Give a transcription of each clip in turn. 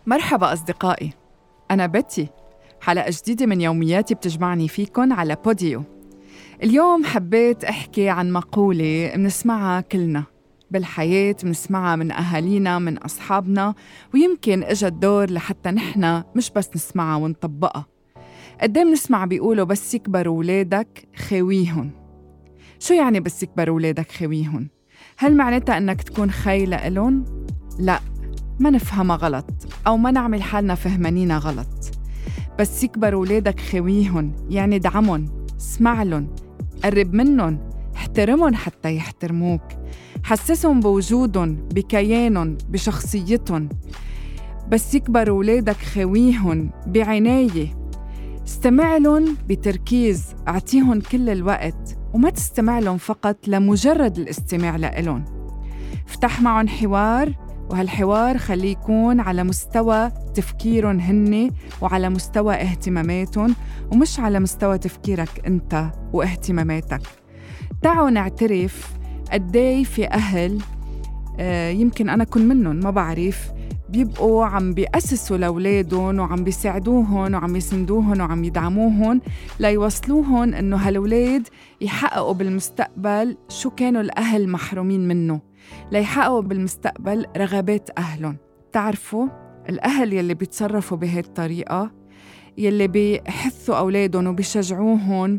مرحبا أصدقائي، أنا بيتي. حلقة جديدة من يومياتي بتجمعني فيكن على بوديو. اليوم حبيت أحكي عن مقولة منسمعها كلنا بالحياة، منسمعها من أهالينا، من أصحابنا، ويمكن إجا الدور لحتى نحنا مش بس نسمعها ونطبقها. قدام نسمع بيقولوا بس يكبروا ولادك خويهن. شو يعني بس يكبروا ولادك خويهن؟ هل معناتها أنك تكون خي لإلن؟ لا، ما نفهمها غلط أو ما نعمل حالنا فهمانينا غلط. بس يكبروا ولادك خويهن يعني دعمهم، اسمعلن، قرب منهم، احترمهم حتى يحترموك، حسسهم بوجودهم، بكيانهم، بشخصيتهم. بس يكبروا ولادك خويهن بعناية، استمعلن بتركيز، اعطيهن كل الوقت وما تستمعلن فقط لمجرد الاستماع لإلن. افتح معهم حوار، وهالحوار خليه يكون على مستوى تفكيرهم هن وعلى مستوى اهتماماتهم، ومش على مستوى تفكيرك انت واهتماماتك. تعالوا نعترف قدي في أهل يمكن أنا كن منهم ما بعرف، بيبقوا عم بيأسسوا لأولادهم وعم بيساعدوهم وعم يسندوهم وعم يدعموهم ليوصلوهم إنه هالولاد يحققوا بالمستقبل شو كانوا الأهل محرومين منه، ليحققوا بالمستقبل رغبات أهلهم. تعرفوا الأهل يلي بيتصرفوا بهذه الطريقة، يلي بيحثوا أولادهم وبيشجعوهم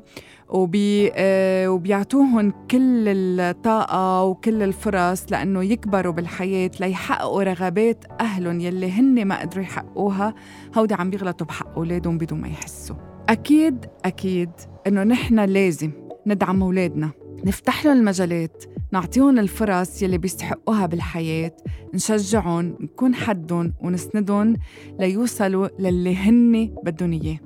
وبيعطوهم كل الطاقة وكل الفرص لأنه يكبروا بالحياة ليحققوا رغبات أهلهم يلي هن ما قدروا يحققوها، هودي عم بيغلطوا بحق أولادهم بدون ما يحسوا. أكيد إنه نحن لازم ندعم أولادنا، نفتح لهم المجالات، نعطيهم الفرص يلي بيستحقوها بالحياة، نشجعهم، نكون حدهم ونسندهم ليوصلوا للي هن بدهم إياه.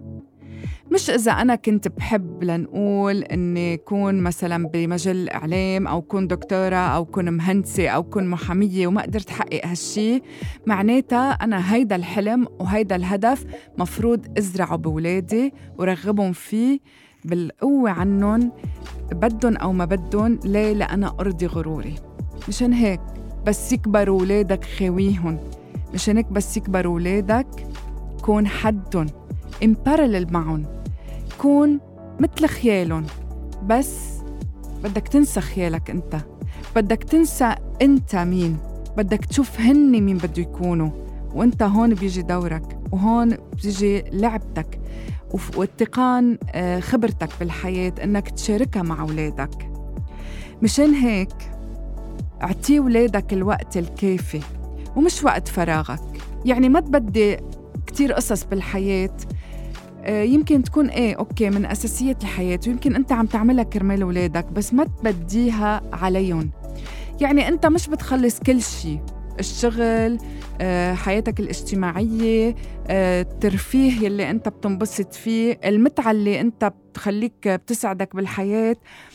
مش إذا أنا كنت بحب لنقول إني كون مثلاً بمجال الإعلام أو كون دكتورة أو كون مهندسة أو كون محامية وما قدرت حقق هالشي، معناتها أنا هيدا الحلم وهيدا الهدف مفروض أزرعه بولادي ورغبهم فيه بالقوة عنهم، بدهم أو ما بدهم. ليه؟ لأنا أرضي غروري. مشان هيك بس يكبروا ولادك خويهن، مشان هيك بس يكبروا ولادك كون حدهم، امبارلل معهم، كون مثل خيالهم. بس بدك تنسى خيالك انت، بدك تنسى انت مين، بدك تشوف هن مين بده يكونوا، وانت هون بيجي دورك وهون بيجي لعبتك واتقان خبرتك بالحياة انك تشاركها مع أولادك. مشان هيك اعطي ولادك الوقت الكافي ومش وقت فراغك. يعني ما تبدي كتير قصص بالحياة يمكن تكون أوكي من أساسيات الحياة ويمكن أنت عم تعملها كرمال ولادك، بس ما تبديها عليهم. يعني أنت مش بتخلص كل شيء، الشغل، حياتك الاجتماعية، الترفيه يلي أنت بتنبسط فيه، المتعة اللي أنت بتخليك بتسعدك بالحياة،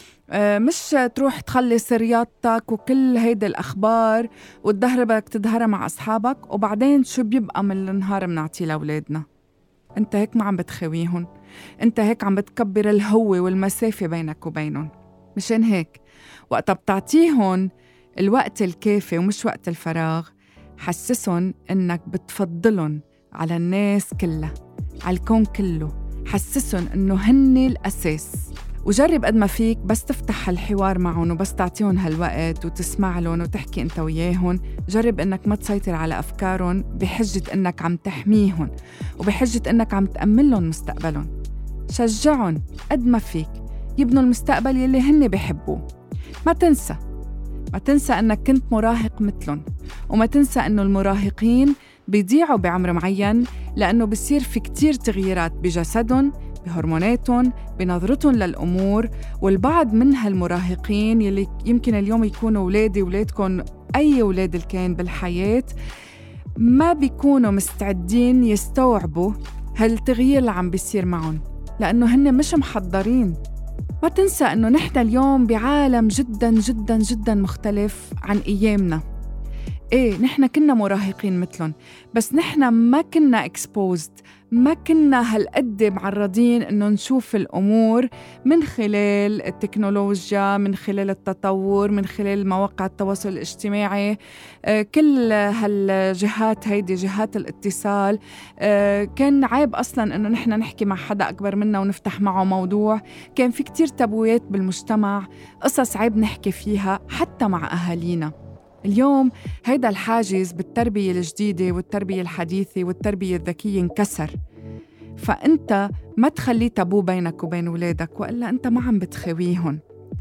مش تروح تخلص رياضتك وكل هيدا الأخبار والظهر بدك تظهرها مع أصحابك، وبعدين شو بيبقى من النهار منعطيه لأولادنا؟ أنت هيك ما عم بتخويهن، أنت هيك عم بتكبر الهوة والمسافة بينك وبينهم. مشان هيك وقت بتعطيهن الوقت الكافي ومش وقت الفراغ، حسسن إنك بتفضلن على الناس كلها، على الكون كله، حسسن إنه هن الأساس. وجرب قد ما فيك بس تفتح هالحوار معهم وبس تعطيهم هالوقت وتسمع لهم وتحكي انت وياهم. جرب انك ما تسيطر على افكارهم بحجة انك عم تحميهم وبحجة انك عم تأمن لهم مستقبلهم. شجعهم قد ما فيك يبنوا المستقبل يلي هن بيحبوه. ما تنسى انك كنت مراهق مثلهم، وما تنسى انه المراهقين بيضيعوا بعمر معين لانه بيصير في كتير تغييرات بجسدهم، بهرموناتهم، بنظرتهم للأمور. والبعض من هالمراهقين يلي يمكن اليوم يكونوا ولادي ولادكم، أي ولاد الكائن بالحياة، ما بيكونوا مستعدين يستوعبوا هالتغيير اللي عم بيصير معهم لأنه هن مش محضرين. ما تنسى أنه نحن اليوم بعالم جداً جداً جداً مختلف عن أيامنا. إيه نحن كنا مراهقين مثلهم، بس نحن ما كنا exposed، ما كنا هالقد معرضين إنه نشوف الأمور من خلال التكنولوجيا، من خلال التطور، من خلال مواقع التواصل الاجتماعي. كل هالجهات هيدي جهات الاتصال كان عيب أصلاً إنه نحن نحكي مع حدا أكبر منا ونفتح معه موضوع. كان في كتير تابويات بالمجتمع، قصص عيب نحكي فيها حتى مع أهالينا. اليوم هيدا الحاجز بالتربية الجديدة والتربية الحديثة والتربية الذكية انكسر، فأنت ما تخليه تابو بينك وبين ولادك، وإلا أنت ما عم بتخويهن.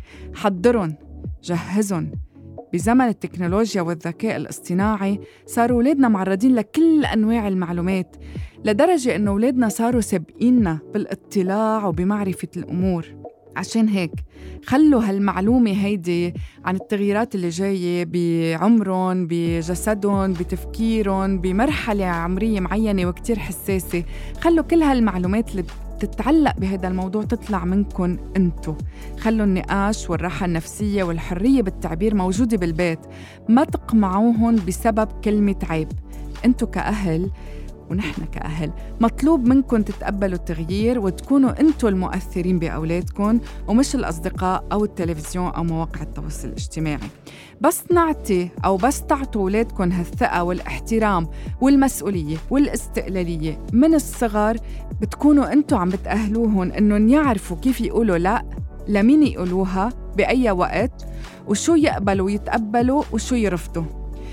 حضرن، جهزن. بزمن التكنولوجيا والذكاء الاصطناعي صاروا ولادنا معرضين لكل أنواع المعلومات، لدرجة إنه ولادنا صاروا سابقيننا بالاطلاع وبمعرفة الأمور. عشان هيك خلوا هالمعلومة هيدي عن التغييرات اللي جاية بعمرهم، بجسدهم، بتفكيرهم، بمرحلة عمرية معينة وكتير حساسة، خلوا كل هالمعلومات اللي بتتعلق بهذا الموضوع تطلع منكم انتو. خلوا النقاش والراحة النفسية والحرية بالتعبير موجودة بالبيت، ما تقمعوهن بسبب كلمة عيب. انتو كأهل ونحن كأهل مطلوب منكم تتقبلوا التغيير وتكونوا أنتوا المؤثرين بأولادكم، ومش الأصدقاء أو التلفزيون أو مواقع التواصل الاجتماعي. بس نعطي أو بس تعطوا أولادكم هالثقة والاحترام والمسؤولية والاستقلالية من الصغر، بتكونوا أنتوا عم بتأهلوهم إنهم يعرفوا كيف يقولوا لا، لمين يقولوها، بأي وقت، وشو يقبلوا يتقبلوا وشو يرفضوا.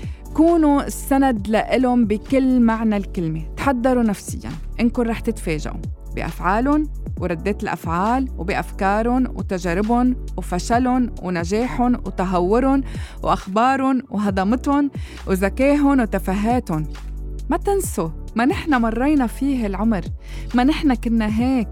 كونوا السند لإلهم بكل معنى الكلمة. تحضروا نفسياً إنكم رح تتفاجئوا بأفعالهم وردات الأفعال، وبأفكارهم وتجاربهم وفشلهم ونجاحهم وتهورهم وأخبارهم وهضمتهم وذكائهم وتفاهاتهم. ما تنسوا، ما نحن مرينا فيه العمر، ما نحن كنا هيك.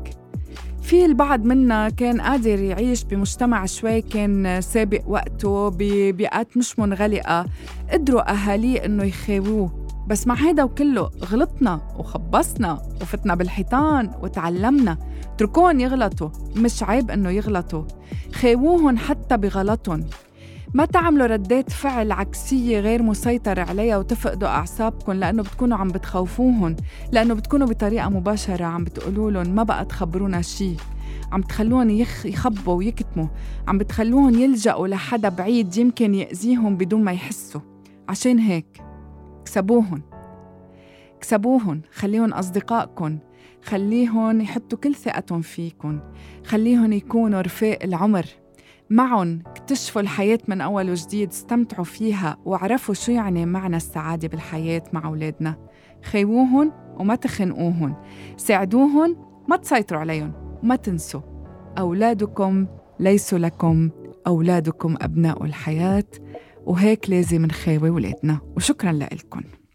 في البعض منا كان قادر يعيش بمجتمع شوي كان سابق وقته ببيئات مش منغلقة، قدروا أهاليه إنه يخاووه. بس مع هيدا وكله غلطنا وخبصنا وفتنا بالحيطان وتعلمنا. تركوهم يغلطوا، مش عيب إنه يغلطوا، خاووهن حتى بغلطهم. ما تعملوا ردات فعل عكسية غير مسيطر عليها وتفقدوا أعصابكم، لأنه بتكونوا عم بتخوفوهن، لأنه بتكونوا بطريقة مباشرة عم بتقولولن ما بقى تخبرونا شي، عم تخلوهن يخبوا ويكتموا، عم بتخلوهن يلجأوا لحدا بعيد يمكن يأذيهم بدون ما يحسوا. عشان هيك كسبوهن، خليهن أصدقائكم، خليهن يحطوا كل ثقتهم فيكم، خليهن يكونوا رفاق العمر معهم. اكتشفوا الحياة من أول وجديد، استمتعوا فيها وعرفوا شو يعني معنى السعادة بالحياة مع أولادنا. خيووهن وما تخنقوهن، ساعدوهن ما تسيطروا عليهم. وما تنسوا، أولادكم ليسوا لكم، أولادكم أبناء الحياة، وهيك لازم نخاوي أولادنا. وشكراً لكم.